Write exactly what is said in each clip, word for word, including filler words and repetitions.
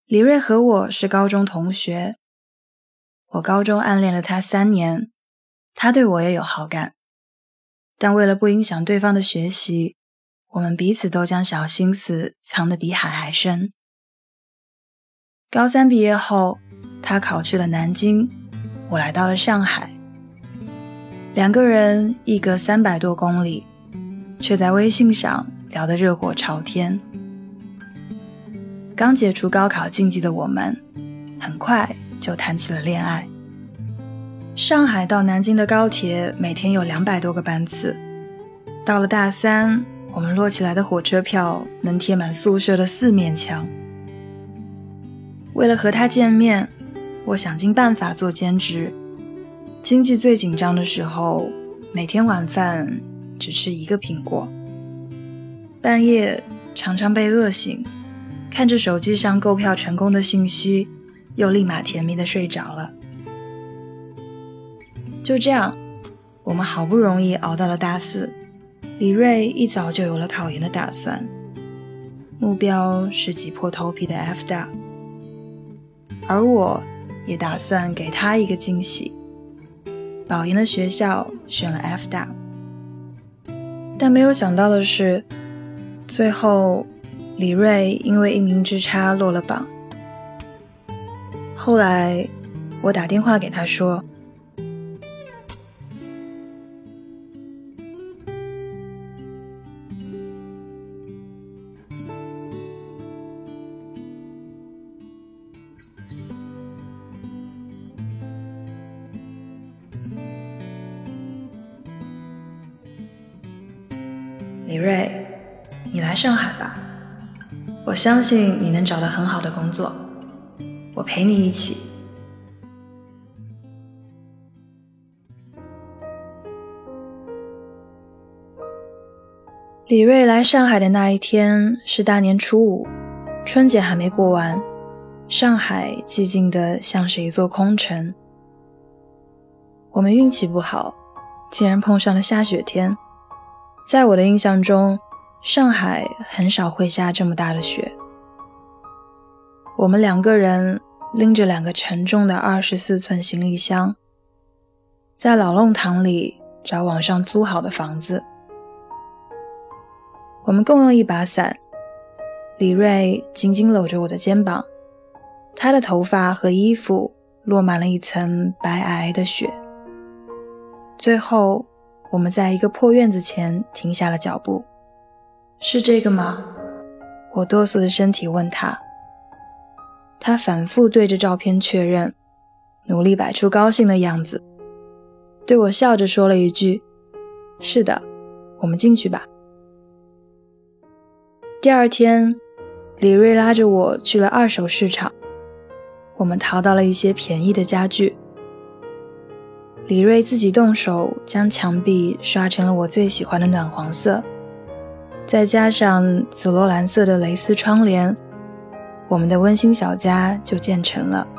李瑞和我是高中同学，我高中暗恋了他三年，他对我也有好感，但为了不影响对方的学习，我们彼此都将小心思藏得比海还深。高三毕业后，他考去了南京，我来到了上海，两个人一隔三百多公里，却在微信上聊得热火朝天。刚解除高考禁忌的我们，很快就谈起了恋爱。上海到南京的高铁每天有两百多个班次，到了大三，我们摞起来的火车票能贴满宿舍的四面墙。为了和他见面，我想尽办法做兼职。经济最紧张的时候，每天晚饭只吃一个苹果。半夜常常被饿醒，看着手机上购票成功的信息，又立马甜蜜地睡着了。就这样，我们好不容易熬到了大四，李瑞一早就有了考研的打算，目标是挤破头皮的 F 大，而我也打算给他一个惊喜，保研的学校选了 F 大。但没有想到的是，最后李瑞因为一名之差落了榜。后来我打电话给他说，李瑞，你来上海吧，我相信你能找到很好的工作，我陪你一起。李瑞来上海的那一天是大年初五，春节还没过完，上海寂静得像是一座空城。我们运气不好，竟然碰上了下雪天。在我的印象中，上海很少会下这么大的雪。我们两个人拎着两个沉重的二十四寸行李箱，在老弄堂里找网上租好的房子。我们共用一把伞，李瑞紧紧搂着我的肩膀，他的头发和衣服落满了一层白皑皑的雪。最后我们在一个破院子前停下了脚步。是这个吗？我哆嗦的身体问他。他反复对着照片确认，努力摆出高兴的样子，对我笑着说了一句，是的，我们进去吧。第二天，李瑞拉着我去了二手市场，我们淘到了一些便宜的家具。李瑞自己动手将墙壁刷成了我最喜欢的暖黄色，再加上紫罗兰色的蕾丝窗帘，我们的温馨小家就建成了。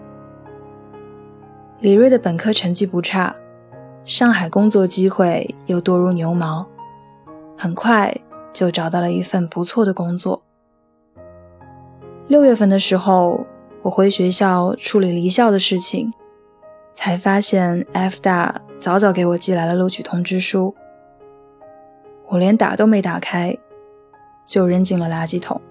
李瑞的本科成绩不差，上海工作机会又多如牛毛，很快就找到了一份不错的工作。六月份的时候，我回学校处理离校的事情，才发现 F 大早早给我寄来了录取通知书，我连打都没打开，就扔进了垃圾桶。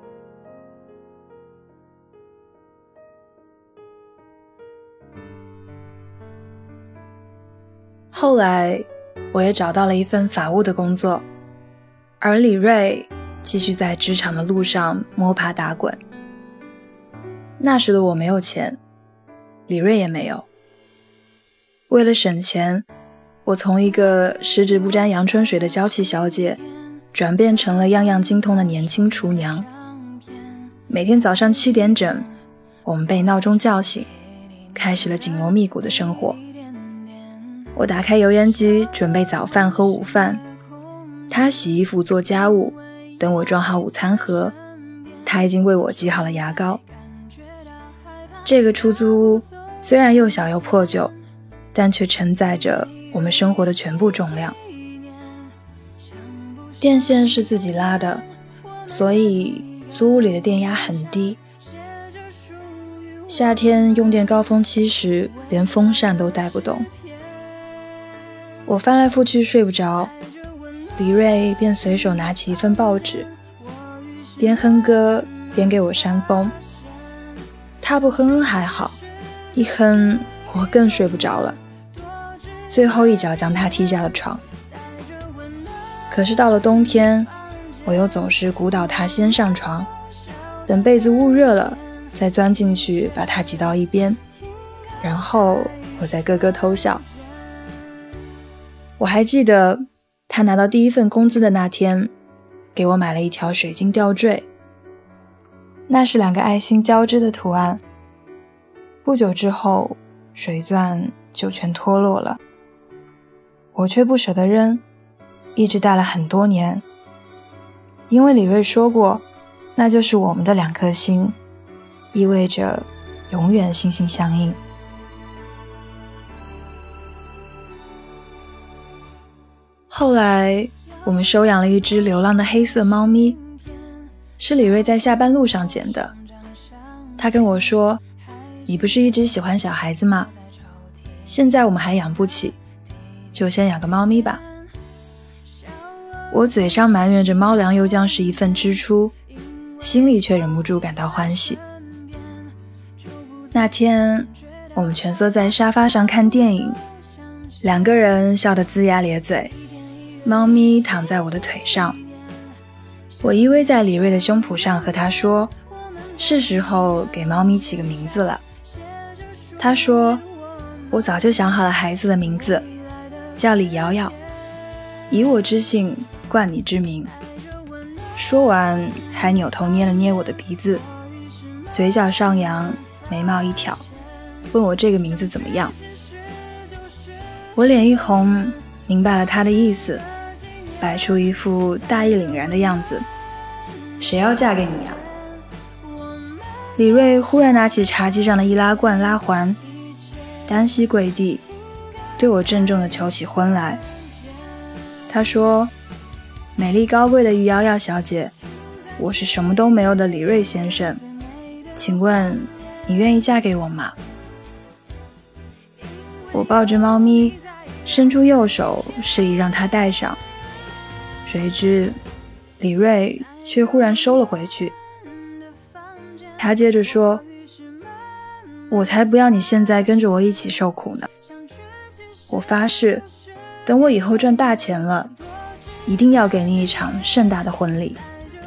后来我也找到了一份法务的工作，而李瑞继续在职场的路上摸爬打滚。那时的我没有钱，李瑞也没有。为了省钱，我从一个十指不沾阳春水的娇气小姐，转变成了样样精通的年轻厨娘。每天早上七点整，我们被闹钟叫醒，开始了紧锣密鼓的生活。我打开油烟机准备早饭和午饭，他洗衣服做家务，等我装好午餐盒，他已经为我挤好了牙膏。这个出租屋虽然又小又破旧，但却承载着我们生活的全部重量。电线是自己拉的，所以租屋里的电压很低， 夏天用电高峰期时，连风扇都带不动。我翻来覆去睡不着，李锐便随手拿起一份报纸，边哼歌边给我扇风。他不哼哼还好，一哼我更睡不着了，最后一脚将他踢下了床。可是到了冬天，我又总是鼓捣他先上床，等被子捂热了再钻进去把他挤到一边，然后我再咯咯偷笑。我还记得他拿到第一份工资的那天，给我买了一条水晶吊坠，那是两个爱心交织的图案。不久之后，水钻就全脱落了，我却不舍得扔，一直戴了很多年。因为李锐说过，那就是我们的两颗心，意味着永远心心相印。后来我们收养了一只流浪的黑色猫咪，是李锐在下班路上捡的。他跟我说，你不是一直喜欢小孩子吗？现在我们还养不起，就先养个猫咪吧。我嘴上埋怨着猫粮又将是一份支出，心里却忍不住感到欢喜。那天我们蜷缩在沙发上看电影，两个人笑得龇牙咧嘴，猫咪躺在我的腿上，我依偎在李锐的胸脯上和他说，是时候给猫咪起个名字了。他说，我早就想好了孩子的名字，叫李瑶瑶，以我之姓冠你之名。说完还扭头捏了捏我的鼻子，嘴角上扬，眉毛一挑，问我这个名字怎么样。我脸一红，明白了他的意思，摆出一副大义凛然的样子。谁要嫁给你啊？李锐忽然拿起茶几上的易拉罐拉环，单膝跪地，对我郑重地求起婚来。他说，美丽高贵的于瑶瑶小姐，我是什么都没有的李锐先生，请问你愿意嫁给我吗？我抱着猫咪，伸出右手示意让他戴上，谁知李锐却忽然收了回去。他接着说，我才不要你现在跟着我一起受苦呢。我发誓，等我以后赚大钱了，一定要给你一场盛大的婚礼。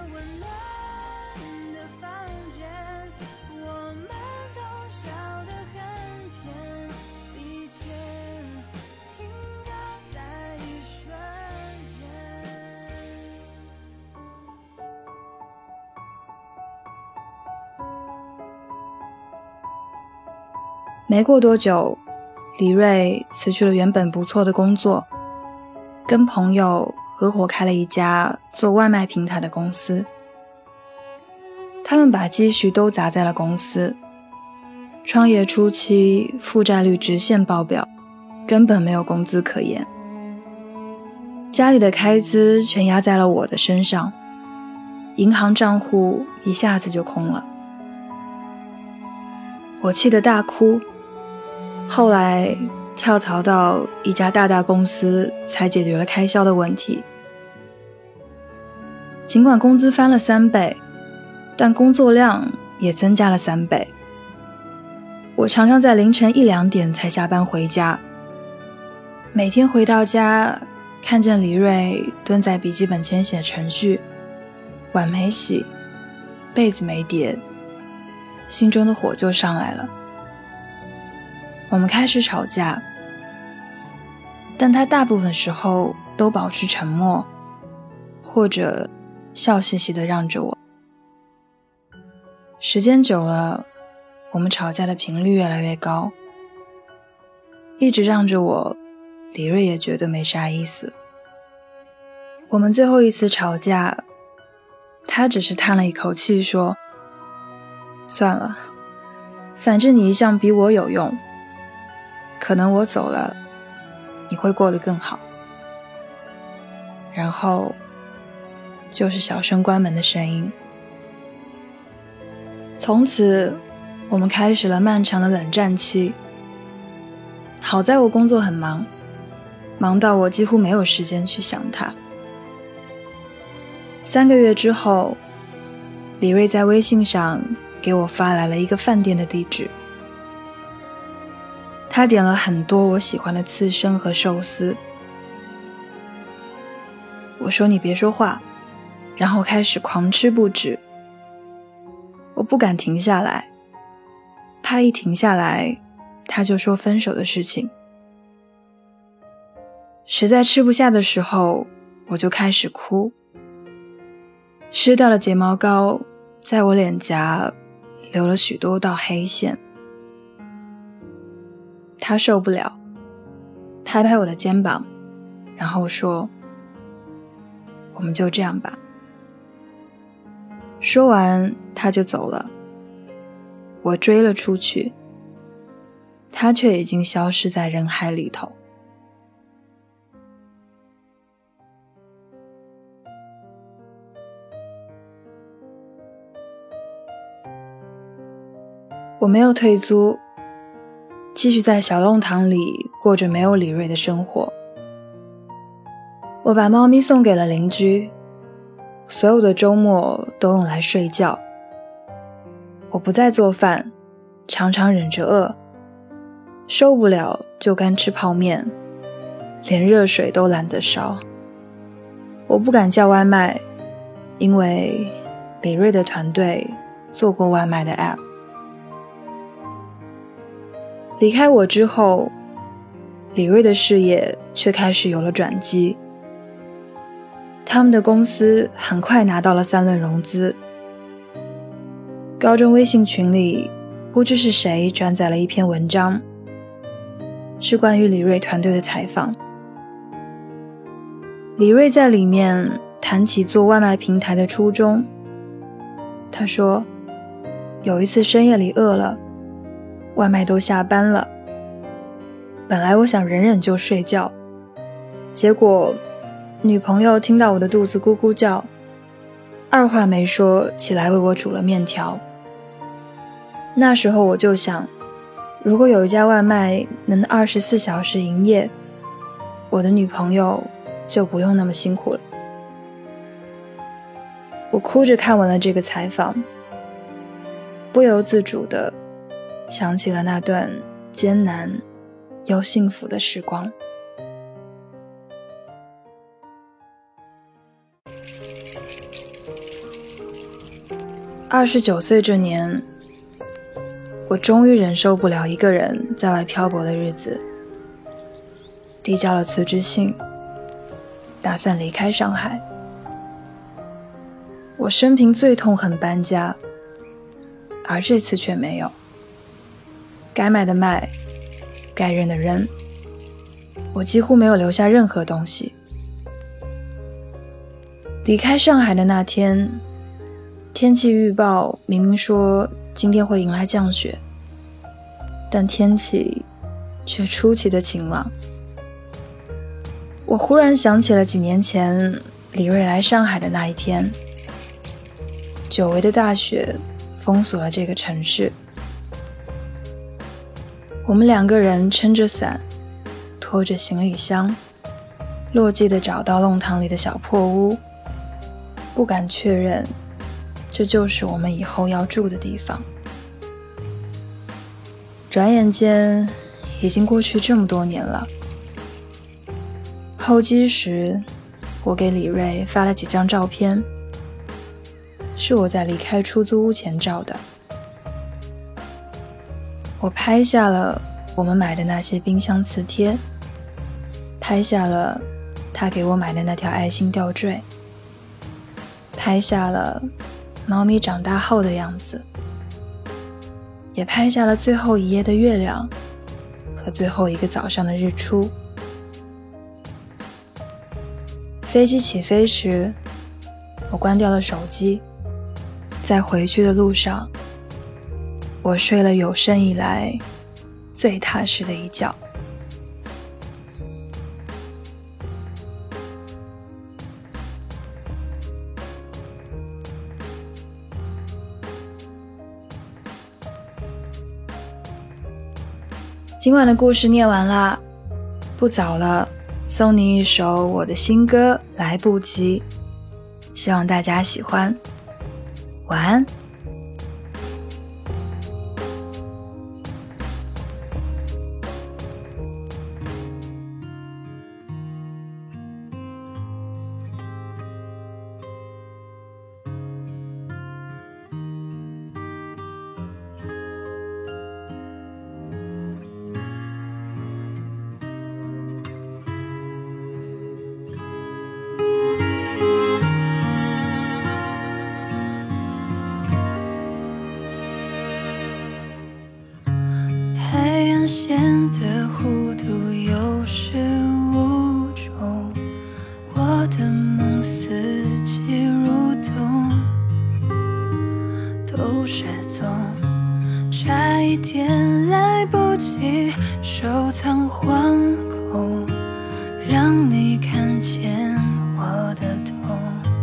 没过多久，李锐辞去了原本不错的工作，跟朋友合伙开了一家做外卖平台的公司。他们把积蓄都砸在了公司，创业初期负债率直线爆表，根本没有工资可言。家里的开支全压在了我的身上，银行账户一下子就空了。我气得大哭，后来跳槽到一家大大公司，才解决了开销的问题。尽管工资翻了三倍，但工作量也增加了三倍。我常常在凌晨一两点才下班回家，每天回到家，看见李锐蹲在笔记本前写程序，碗没洗，被子没叠，心中的火就上来了。我们开始吵架，但他大部分时候都保持沉默，或者笑嘻嘻地让着我。时间久了，我们吵架的频率越来越高，一直让着我，李锐也觉得没啥意思。我们最后一次吵架，他只是叹了一口气说，算了，反正你一向比我有用，可能我走了，你会过得更好。然后就是小声关门的声音。从此我们开始了漫长的冷战期。好在我工作很忙，忙到我几乎没有时间去想他。三个月之后，李锐在微信上给我发来了一个饭店的地址。他点了很多我喜欢的刺身和寿司。我说你别说话，然后开始狂吃不止。我不敢停下来，怕一停下来他就说分手的事情。实在吃不下的时候，我就开始哭。湿掉的睫毛膏在我脸颊留了许多道黑线。他受不了，拍拍我的肩膀，然后说，我们就这样吧。说完他就走了。我追了出去，他却已经消失在人海里头。我没有退租，继续在小弄堂里过着没有李锐的生活。我把猫咪送给了邻居，所有的周末都用来睡觉。我不再做饭，常常忍着饿，受不了就干吃泡面，连热水都懒得烧。我不敢叫外卖，因为李锐的团队做过外卖的 app。离开我之后，李锐的事业却开始有了转机。他们的公司很快拿到了三轮融资。高中微信群里不知是谁转载了一篇文章，是关于李锐团队的采访。李锐在里面谈起做外卖平台的初衷。他说，有一次深夜里饿了，外卖都下班了，本来我想忍忍就睡觉，结果女朋友听到我的肚子咕咕叫，二话没说起来为我煮了面条。那时候我就想，如果有一家外卖能二十四小时营业，我的女朋友就不用那么辛苦了。我哭着看完了这个采访，不由自主地想起了那段艰难又幸福的时光。二十九岁这年，我终于忍受不了一个人在外漂泊的日子，递交了辞职信，打算离开上海。我生平最痛恨搬家，而这次却没有。该卖的卖，该扔的扔，我几乎没有留下任何东西。离开上海的那天，天气预报明明说今天会迎来降雪，但天气却出奇的晴朗。我忽然想起了几年前李锐来上海的那一天，久违的大雪封锁了这个城市。我们两个人撑着伞，拖着行李箱，落寂地找到弄堂里的小破屋，不敢确认这就是我们以后要住的地方。转眼间已经过去这么多年了。候机时，我给李锐发了几张照片，是我在离开出租屋前照的。我拍下了我们买的那些冰箱磁贴，拍下了他给我买的那条爱心吊坠，拍下了猫咪长大后的样子，也拍下了最后一夜的月亮和最后一个早上的日出。飞机起飞时，我关掉了手机，在回去的路上，我睡了有生以来最踏实的一觉。 今晚的故事念完了，不早了，送你一首我的新歌《来不及》，希望大家喜欢，晚安。 显得糊涂有始无终，我的梦四季如冬，都失踪，差一点来不及收藏惶恐，让你看见我的痛。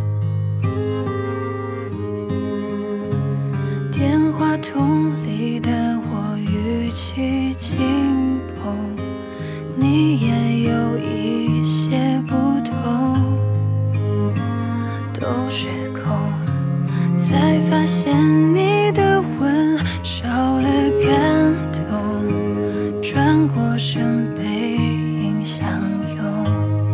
电话筒里的我语气轻捧，你也有一些不同，都是空，才发现你的吻少了感动，转过身背影相拥，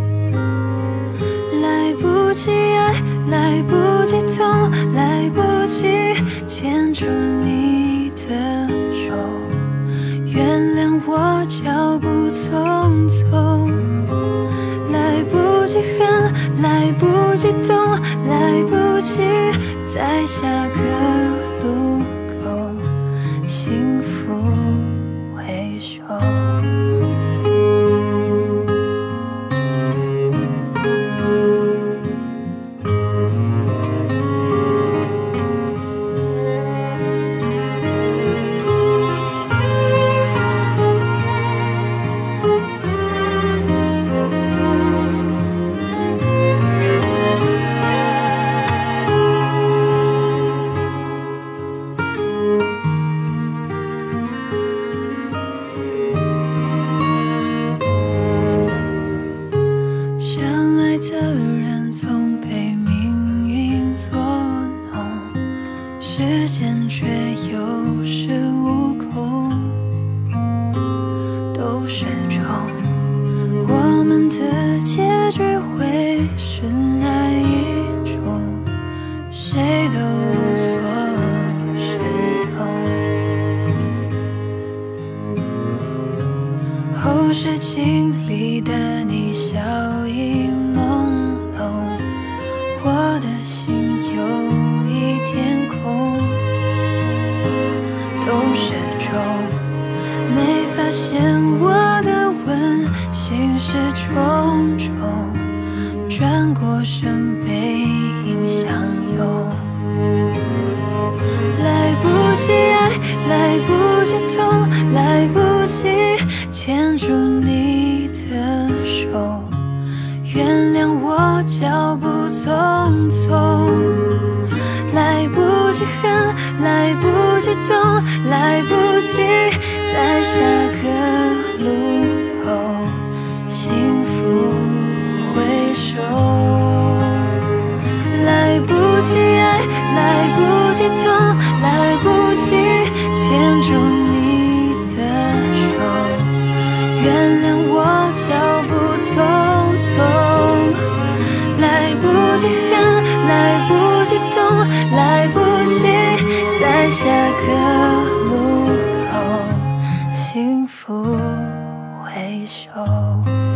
来不及爱，来不及痛，来不及牵住你的手，原谅我脚步匆匆，来不及恨，来不及懂，来不及在下个路口幸福回首。时间却有恃无恐，都是种我们的结局会是哪一种，谁都无所适从。后视镜里的你笑意朦胧，我的心有一点空，都是种没发现我的吻心事重重，转过身背影相拥，来不及爱，来不及痛，来不及牵住你的手，原谅我脚步匆匆，来不及恨，来不及懂，来不及在下个路口幸福回首，来不及爱，来不及痛，来不及牵住你的手，原谅我脚步匆匆，来不及恨，来不及懂，来不及在下个路口幸福回首。